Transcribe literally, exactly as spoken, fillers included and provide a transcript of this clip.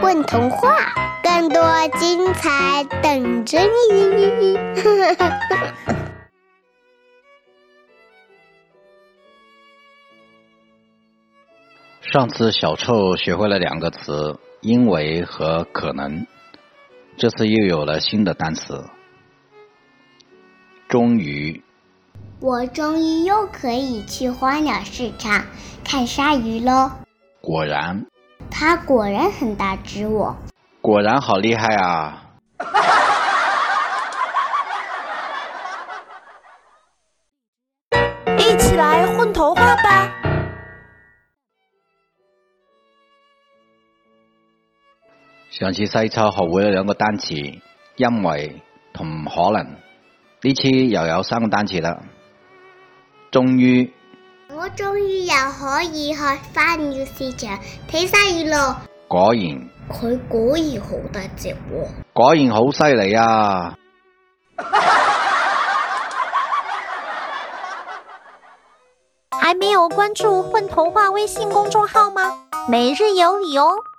混童话，更多精彩等着你。 上次小臭学会了两个词，因为和可能，这次又有了新的单词。终于， 我终于又可以去花鸟市场看鲨鱼咯。 果然， 它果然很大只哦。 果然好厉害啊！ 一起来混童话吧！ 上次細臭學會咗兩個單詞，因為同唔可能，呢次又有三個單詞啦。終於， 我終於又可以去花鳥市場睇鯊魚咯。 果然， 佢果然好大隻喎。 果然好犀利啊！ 還沒有關注混童話微信公眾號嗎？每日有禮哦。